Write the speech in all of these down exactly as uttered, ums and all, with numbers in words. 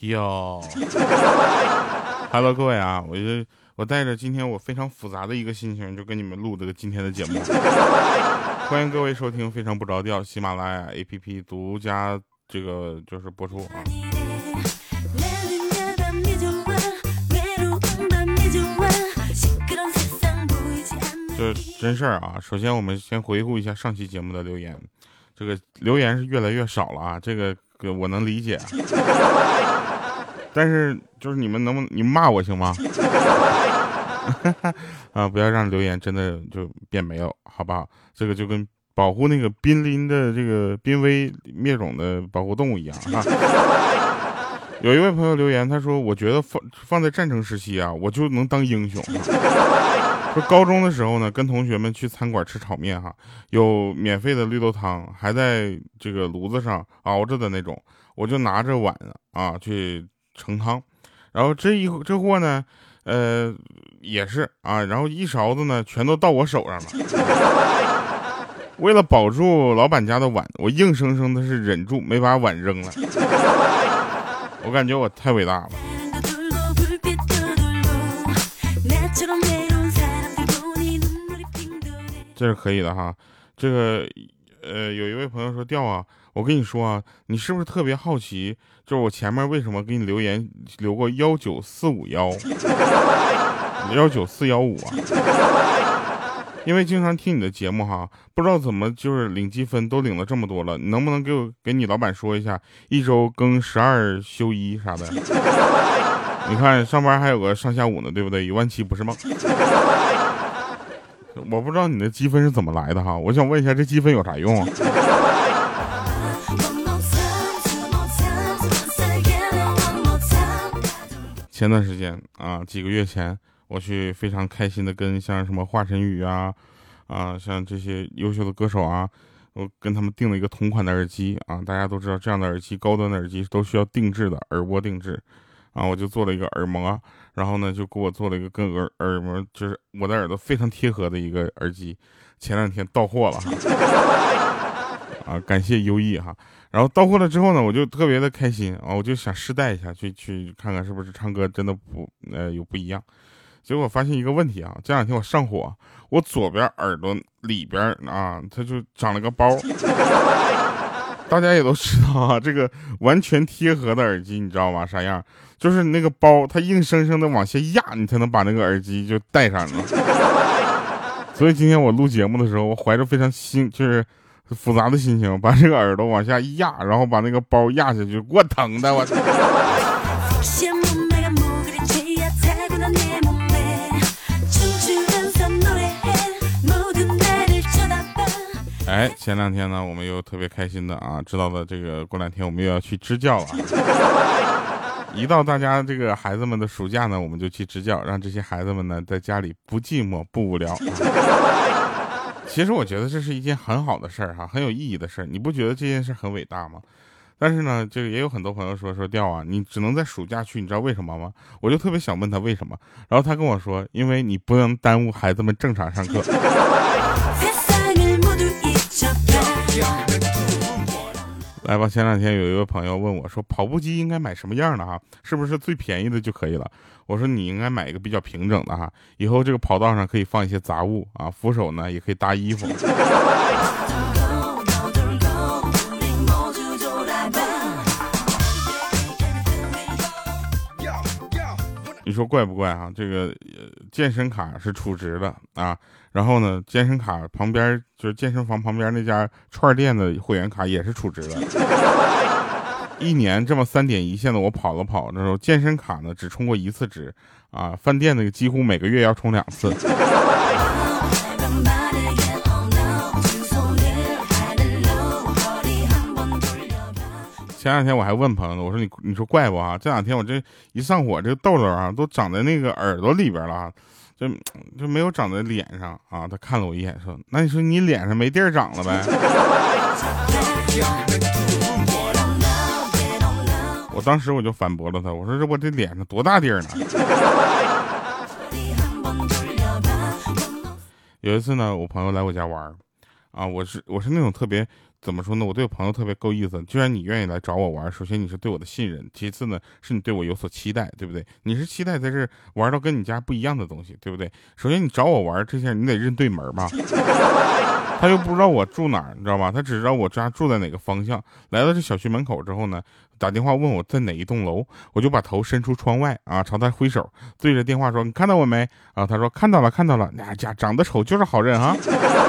哟，Hello， 各位啊，我就我带着今天我非常复杂的一个心情，就跟你们录这个今天的节目。欢迎各位收听非常不着调喜马拉雅 A P P 独家这个就是播出啊。这真事儿啊！首先我们先回顾一下上期节目的留言，这个留言是越来越少了啊，这个我能理解，但是就是你们能不能你们骂我行吗？啊，不要让留言真的就变没有，好不好？这个就跟保护那个濒临的这个濒危灭种的保护动物一样啊。有一位朋友留言，他说：“我觉得放放在战争时期啊，我就能当英雄。”说高中的时候呢，跟同学们去餐馆吃炒面哈，有免费的绿豆汤，还在这个炉子上熬着的那种，我就拿着碗啊去盛汤，然后这一这货呢，呃也是啊，然后一勺子呢全都到我手上了。为了保住老板家的碗，我硬生生的是忍住没把碗扔了。我感觉我太伟大了。这是可以的哈，这个呃，有一位朋友说调啊，我跟你说啊，你是不是特别好奇，就是我前面为什么给你留言留过幺九四五幺幺九四幺五啊？因为经常听你的节目哈，不知道怎么就是领积分都领了这么多了，你能不能给我给你老板说一下，一周更十二休一啥的？你看上班还有个上下午呢，对不对？一万七不是梦。我不知道你的积分是怎么来的哈，我想问一下，这积分有啥用啊？前段时间啊，几个月前，我去非常开心的跟像什么华晨宇啊，啊，像这些优秀的歌手啊，我跟他们订了一个同款的耳机啊。大家都知道，这样的耳机，高端的耳机都需要定制的耳蜗定制。啊，我就做了一个耳膜，然后呢，就给我做了一个跟耳耳膜，就是我的耳朵非常贴合的一个耳机。前两天到货了哈，啊，感谢优异哈。然后到货了之后呢，我就特别的开心啊，我就想试戴一下，去去看看是不是唱歌真的不呃有不一样。结果发现一个问题啊，这两天我上火，我左边耳朵里边啊，它就长了个包。大家也都知道啊，这个完全贴合的耳机，你知道吗？啥样？就是那个包，它硬生生的往下压，你才能把那个耳机就戴上了。所以今天我录节目的时候，我怀着非常心，就是复杂的心情，把这个耳朵往下一压，然后把那个包压下去，给我疼的我。哎，前两天呢，我们又特别开心的啊，知道了这个过两天我们又要去支教了。一到大家这个孩子们的暑假呢，我们就去支教，让这些孩子们呢在家里不寂寞不无聊。其实我觉得这是一件很好的事儿哈，很有意义的事儿，你不觉得这件事很伟大吗？但是呢，这个也有很多朋友说说调啊，你只能在暑假去，你知道为什么吗？我就特别想问他为什么，然后他跟我说，因为你不能耽误孩子们正常上课。来吧，前两天有一位朋友问我说，跑步机应该买什么样的哈？是不是最便宜的就可以了？我说你应该买一个比较平整的哈，以后这个跑道上可以放一些杂物啊，扶手呢也可以搭衣服。你说怪不怪啊？这个、呃、健身卡是储值的啊，然后呢，健身卡旁边就是健身房旁边那家串店的会员卡也是储值的。一年这么三点一线的我跑了跑，那时候健身卡呢只充过一次值啊，饭店那个几乎每个月要充两次。前两天我还问朋友呢，我说你你说怪不啊？这两天我这一上火，这个痘痘啊都长在那个耳朵里边了，就就没有长在脸上啊。他看了我一眼说：“那你说你脸上没地儿长了呗？”我当时我就反驳了他，我说这我这脸上多大地儿呢？有一次呢，我朋友来我家玩啊，我是我是那种特别怎么说呢？我对我朋友特别够意思。既然你愿意来找我玩，首先你是对我的信任，其次呢是你对我有所期待，对不对？你是期待在这玩到跟你家不一样的东西，对不对？首先你找我玩这些，你得认对门吧。他又不知道我住哪儿，你知道吧？他只知道我家住在哪个方向。来到这小区门口之后呢，打电话问我在哪一栋楼，我就把头伸出窗外啊，朝他挥手，对着电话说：“你看到我没？”啊，他说：“看到了，看到了。”那家长得丑就是好人哈。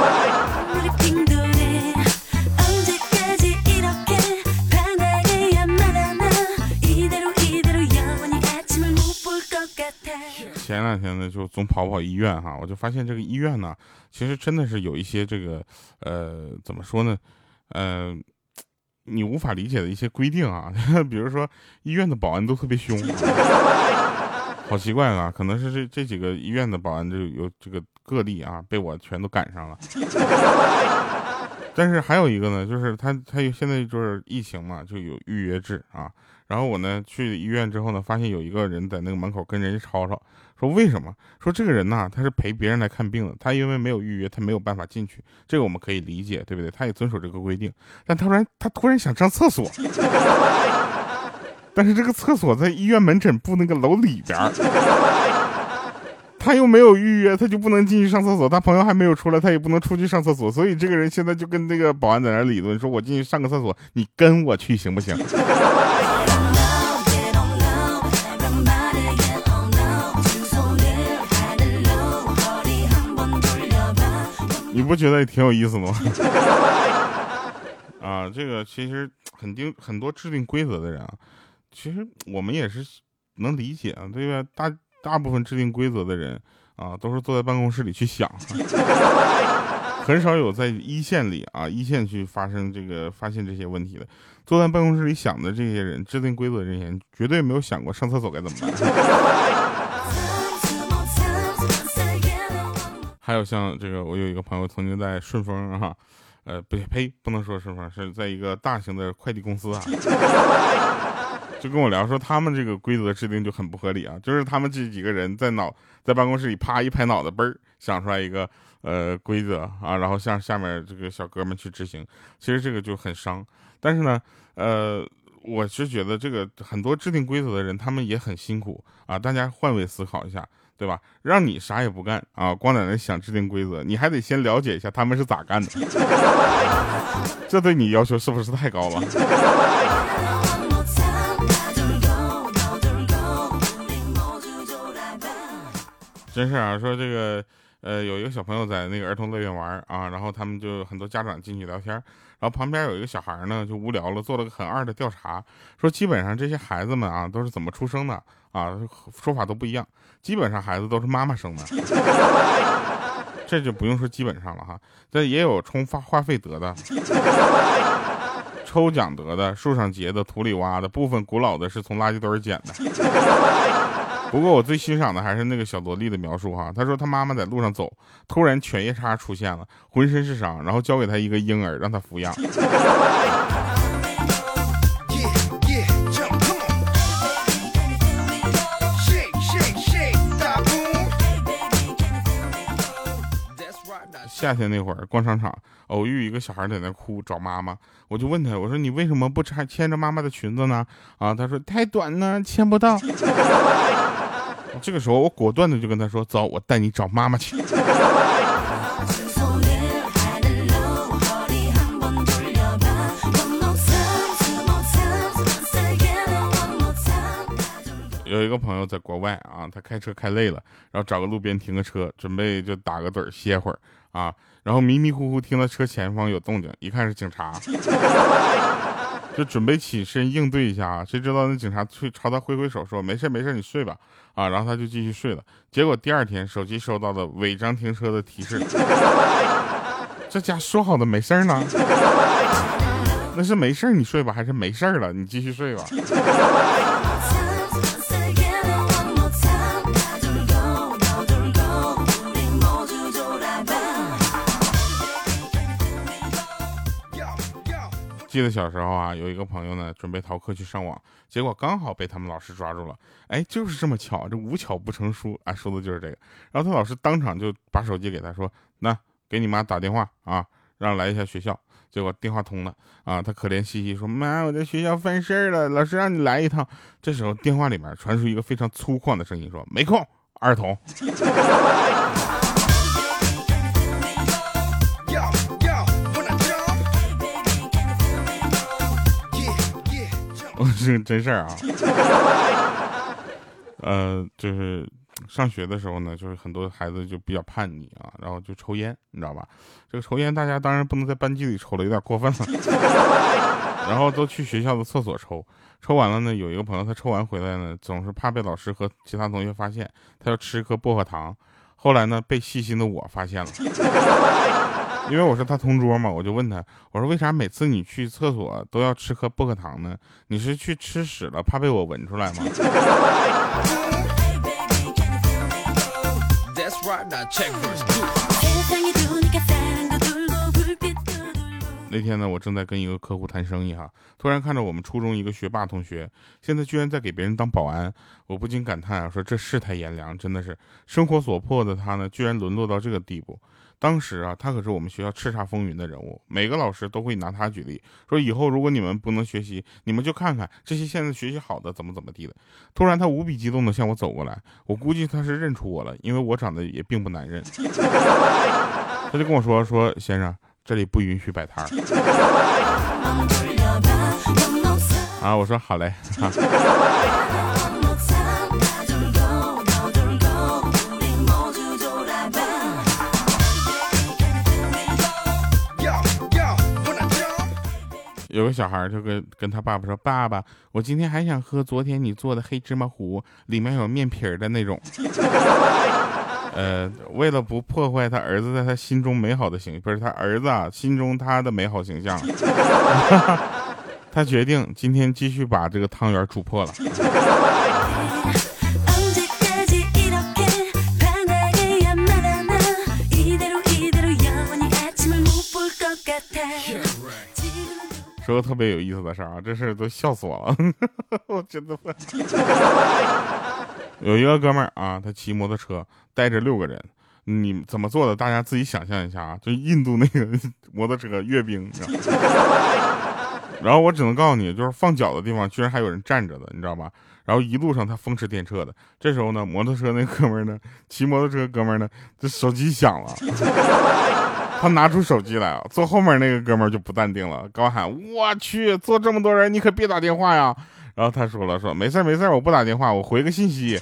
前两天呢，就总跑跑医院哈，我就发现这个医院呢，其实真的是有一些这个呃，怎么说呢，呃，你无法理解的一些规定啊，比如说医院的保安都特别凶，好奇怪啊，可能是这这几个医院的保安就有这个个例啊，被我全都赶上了。但是还有一个呢，就是他他现在就是疫情嘛，就有预约制啊。然后我呢去医院之后呢，发现有一个人在那个门口跟人家吵吵，说为什么？说这个人呢，他是陪别人来看病的，他因为没有预约，他没有办法进去，这个我们可以理解，对不对？他也遵守这个规定。但他突然他突然想上厕所，但是这个厕所在医院门诊部那个楼里边。他又没有预约，他就不能进去上厕所。他朋友还没有出来，他也不能出去上厕所。所以这个人现在就跟那个保安在那理论，说我进去上个厕所，你跟我去行不行？你不觉得也挺有意思吗？啊，这个其实很定很多制定规则的人啊，其实我们也是能理解啊，对吧？大。大部分制定规则的人啊，都是坐在办公室里去想，很少有在一线里啊一线去发生这个发现这些问题的。坐在办公室里想的这些人，制定规则的这些人，绝对没有想过上厕所该怎么办。还有像这个，我有一个朋友曾经在顺丰啊，呃，不呸，不能说顺丰，是在一个大型的快递公司啊。就跟我聊说，他们这个规则制定就很不合理啊，就是他们这几个人在脑在办公室里啪一拍脑袋，嘣儿想出来一个呃规则啊，然后向下面这个小哥们去执行，其实这个就很伤。但是呢，呃，我是觉得这个很多制定规则的人，他们也很辛苦啊，大家换位思考一下，对吧？让你啥也不干啊，光在那想制定规则，你还得先了解一下他们是咋干的，这对你要求是不是太高了？真是啊，说这个，呃，有一个小朋友在那个儿童乐园玩啊，然后他们就很多家长进去聊天，然后旁边有一个小孩呢，就无聊了，做了个很二的调查，说基本上这些孩子们啊，都是怎么出生的啊，说法都不一样，基本上孩子都是妈妈生的，这就不用说基本上了哈，但也有充话话费得的。抽奖得的，树上结的，土里挖的，部分古老的是从垃圾堆捡的。不过我最欣赏的还是那个小萝莉的描述哈，她说她妈妈在路上走，突然犬夜叉出现了，浑身是伤，然后交给她一个婴儿让她抚养。夏天那会儿逛商场，偶遇一个小孩在那哭找妈妈，我就问他，我说你为什么不牵牵着妈妈的裙子呢？啊，他说太短呢，牵不到。这个时候我果断的就跟他说，走，我带你找妈妈去。有一个朋友在国外啊，他开车开累了，然后找个路边停个车，准备就打个盹歇会儿啊，然后迷迷糊糊听到车前方有动静，一看是警察，就准备起身应对一下啊，谁知道那警察去朝他挥挥手说没事没事你睡吧啊，然后他就继续睡了。结果第二天手机收到了违章停车的提示，这家说好的没事呢？那是没事你睡吧，还是没事了你继续睡吧？记得小时候啊，有一个朋友呢，准备逃课去上网，结果刚好被他们老师抓住了。哎，就是这么巧，这无巧不成书啊，说的就是这个。然后他老师当场就把手机给他说：“那给你妈打电话啊， 让来一下学校。结果电话通了啊，他可怜兮兮说：“妈，我在学校犯事儿了，老师让你来一趟。”这时候电话里面传出一个非常粗犷的声音说：“没空，儿童。”我是真事儿啊。呃，就是上学的时候呢，就是很多孩子就比较叛逆啊，然后就抽烟，你知道吧？这个抽烟大家当然不能在班级里抽了，有点过分了。然后都去学校的厕所抽，抽完了呢，有一个朋友他抽完回来呢，总是怕被老师和其他同学发现，他要吃颗薄荷糖。后来呢，被细心的我发现了，因为我是他同桌嘛，我就问他，我说为啥每次你去厕所都要吃颗薄荷糖呢？你是去吃屎了，怕被我闻出来吗？那天呢，我正在跟一个客户谈生意哈，突然看到我们初中一个学霸同学，现在居然在给别人当保安，我不禁感叹啊，说这世态炎凉，真的是生活所迫的他呢，居然沦落到这个地步。当时啊，他可是我们学校叱咤风云的人物，每个老师都会拿他举例，说以后如果你们不能学习，你们就看看这些现在学习好的怎么怎么地的。突然他无比激动地向我走过来，我估计他是认出我了，因为我长得也并不难认。他就跟我说说先生，这里不允许摆摊儿。啊，我说好嘞。有个小孩就跟跟他爸爸说：“爸爸，我今天还想喝昨天你做的黑芝麻糊，里面有面皮儿的那种。”呃，为了不破坏他儿子在他心中美好的形，不是他儿子啊心中他的美好形象，他决定今天继续把这个汤圆煮破了。说个特别有意思的事儿啊，这事儿都笑死我了，我真的不。有一个哥们儿啊，他骑摩托车带着六个人，你怎么做的？大家自己想象一下啊，就印度那个摩托车阅兵，你知道吗？然后我只能告诉你，就是放脚的地方居然还有人站着的，你知道吧？然后一路上他风驰电掣的。这时候呢，摩托车那哥们儿呢，骑摩托车哥们儿呢，这手机响了。他拿出手机来啊，坐后面那个哥们儿就不淡定了，高喊：“我去，坐这么多人，你可别打电话呀！”然后他说了：“说没事没事，我不打电话，我回个信息。”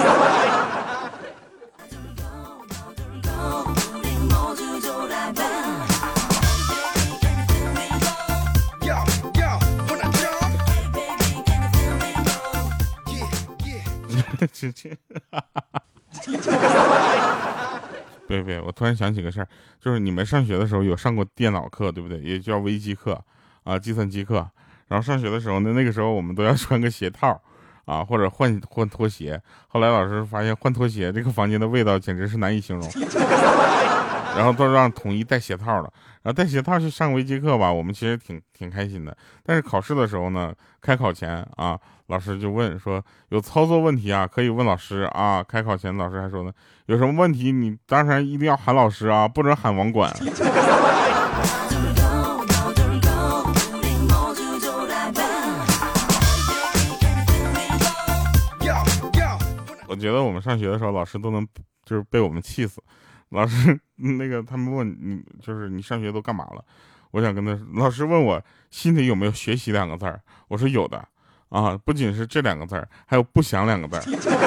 别别，我突然想起个事儿，就是你们上学的时候有上过电脑课，对不对？也叫微机课啊，计算机课。然后上学的时候呢，那个时候我们都要穿个鞋套啊，或者换换拖鞋。后来老师发现换拖鞋这个房间的味道简直是难以形容，然后都让统一带鞋套了。然后带鞋套去上微机课吧，我们其实挺挺开心的。但是考试的时候呢，开考前啊，老师就问说有操作问题啊，可以问老师啊。开考前老师还说呢，有什么问题你当然一定要喊老师啊，不准喊网管。我觉得我们上学的时候，老师都能就是被我们气死。老师那个他们问你，就是你上学都干嘛了？我想跟他，老师问我心里有没有学习两个字儿，我说有的啊，不仅是这两个字儿，还有不想两个字儿。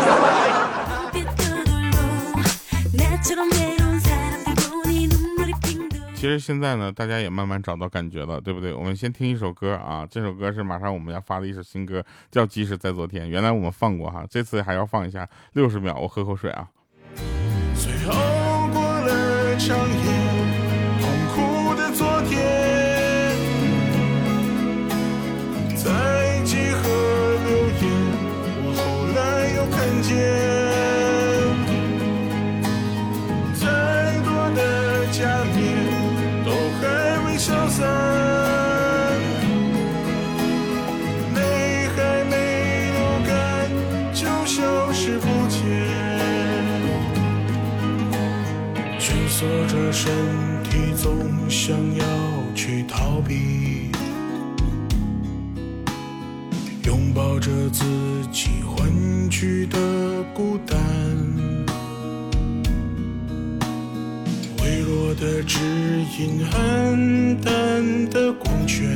其实现在呢，大家也慢慢找到感觉了，对不对？我们先听一首歌啊，这首歌是马上我们要发的一首新歌，叫《即使在昨天》。原来我们放过哈，这次还要放一下，六十秒，我喝口水啊。 最后过了长夜，痛苦的昨天，在几何留言，我后来又看见。假面都还未消散，泪还没流干就消失不见，蜷缩着身体己总想要去逃避，拥抱着自己混去的孤单，微弱的指引，暗淡的光圈，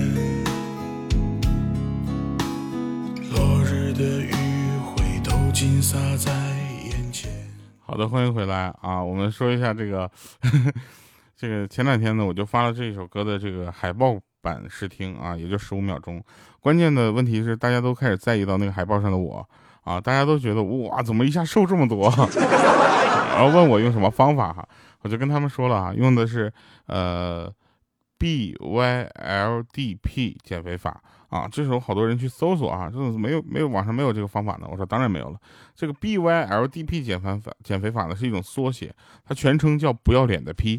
落日的余晖都尽洒在眼前。 好的，欢迎回来啊！我们说一下这个呵呵这个前两天呢，我就发了这一首歌的这个海报版试听啊，也就十五秒钟。关键的问题是，大家都开始在意到那个海报上的我啊，大家都觉得哇，怎么一下瘦这么多？然后问我用什么方法哈，我就跟他们说了啊，用的是呃 B Y L D P 减肥法啊。这时候好多人去搜索啊，这种没有没有网上没有这个方法呢？我说当然没有了。这个 B Y L D P 减肥法减肥法呢是一种缩写，它全称叫不要脸的 P。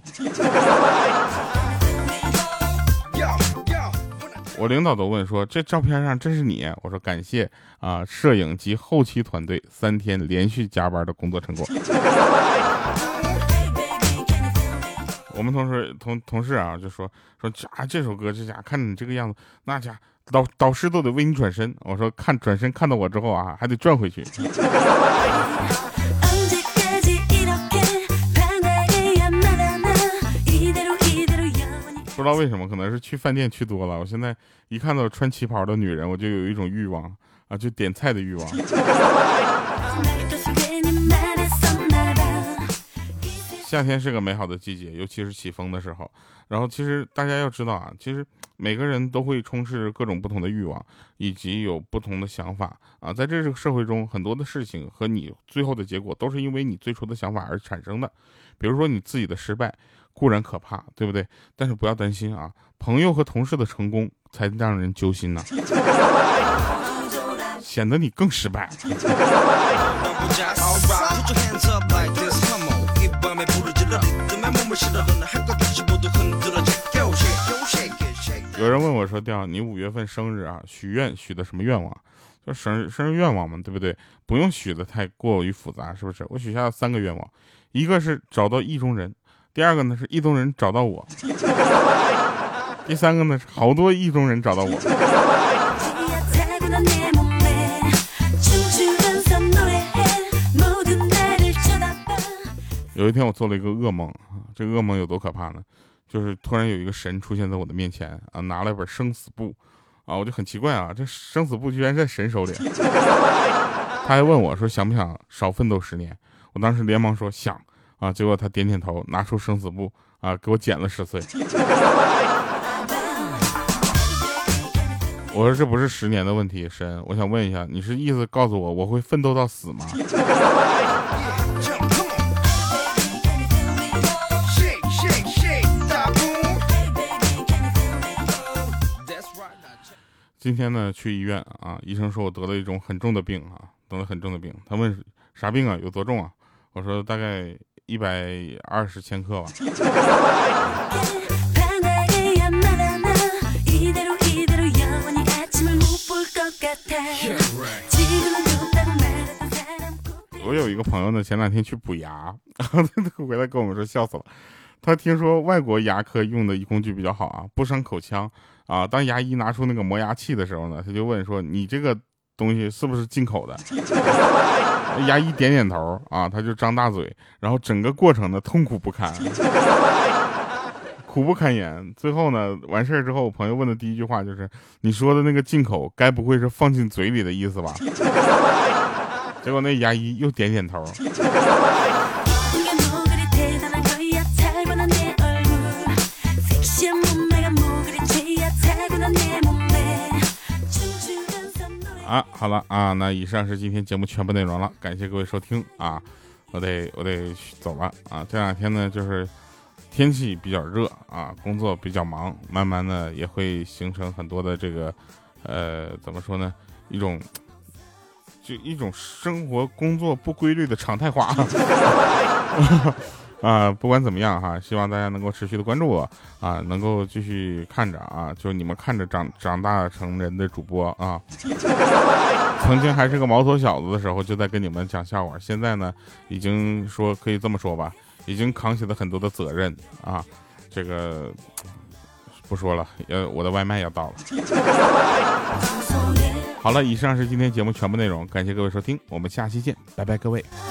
我领导都问说，这照片上这是你？我说感谢啊，摄影及后期团队三天连续加班的工作成果。我们同事同同事啊就说说啊，这首歌这家看你这个样子，那家导导师都得为你转身。我说看转身看到我之后啊，还得转回去。不知道为什么，可能是去饭店去多了。我现在一看到穿旗袍的女人，我就有一种欲望啊，就点菜的欲望。夏天是个美好的季节，尤其是起风的时候。然后其实大家要知道啊，其实每个人都会充斥各种不同的欲望，以及有不同的想法啊。在这个社会中，很多的事情和你最后的结果都是因为你最初的想法而产生的。比如说你自己的失败固然可怕，对不对？但是不要担心啊，朋友和同事的成功才让人揪心呢，显得你更失败。有人问我说，调你五月份生日啊，许愿许的什么愿望？就生日生日愿望嘛，对不对？不用许的太过于复杂，是不是？我许下了三个愿望，一个是找到意中人，第二个呢是意中人找到我，第三个呢是好多意中人找到我。有一天我做了一个噩梦，这个噩梦有多可怕呢？就是突然有一个神出现在我的面前啊，拿了一本生死簿啊，我就很奇怪啊，这生死簿居然在神手里。他还问我说想不想少奋斗十年？我当时连忙说想啊，结果他点点头，拿出生死簿啊，给我减了十岁。我说这不是十年的问题，神，我想问一下，你是意思告诉我我会奋斗到死吗？今天呢去医院啊，医生说我得了一种很重的病啊，得了很重的病。他问啥病啊？有多重啊？我说大概一百二十千克吧。我有一个朋友呢，前两天去补牙，回来跟我们说笑死了。他听说外国牙科用的工具比较好啊，不伤口腔啊。当牙医拿出那个磨牙器的时候呢，他就问说：“你这个东西是不是进口的？”牙医点点头啊，他就张大嘴，然后整个过程呢痛苦不堪，苦不堪言。最后呢，完事儿之后，我朋友问的第一句话就是：“你说的那个进口，该不会是放进嘴里的意思吧？”结果那牙医又点点头。啊，好了啊，那以上是今天节目全部内容了，感谢各位收听啊，我得我得走了啊。这两天呢，就是天气比较热啊，工作比较忙，慢慢的也会形成很多的这个呃，怎么说呢，一种就一种生活工作不规律的常态化。啊，不管怎么样哈，希望大家能够持续的关注我啊，能够继续看着啊，就你们看着长长大成人的主播啊。曾经还是个毛头小子的时候，就在跟你们讲笑话，现在呢，已经说可以这么说吧，已经扛起了很多的责任啊。 这个不说了，呃，我的外卖要到了。好了，以上是今天节目全部内容，感谢各位收听，我们下期见，拜拜，各位。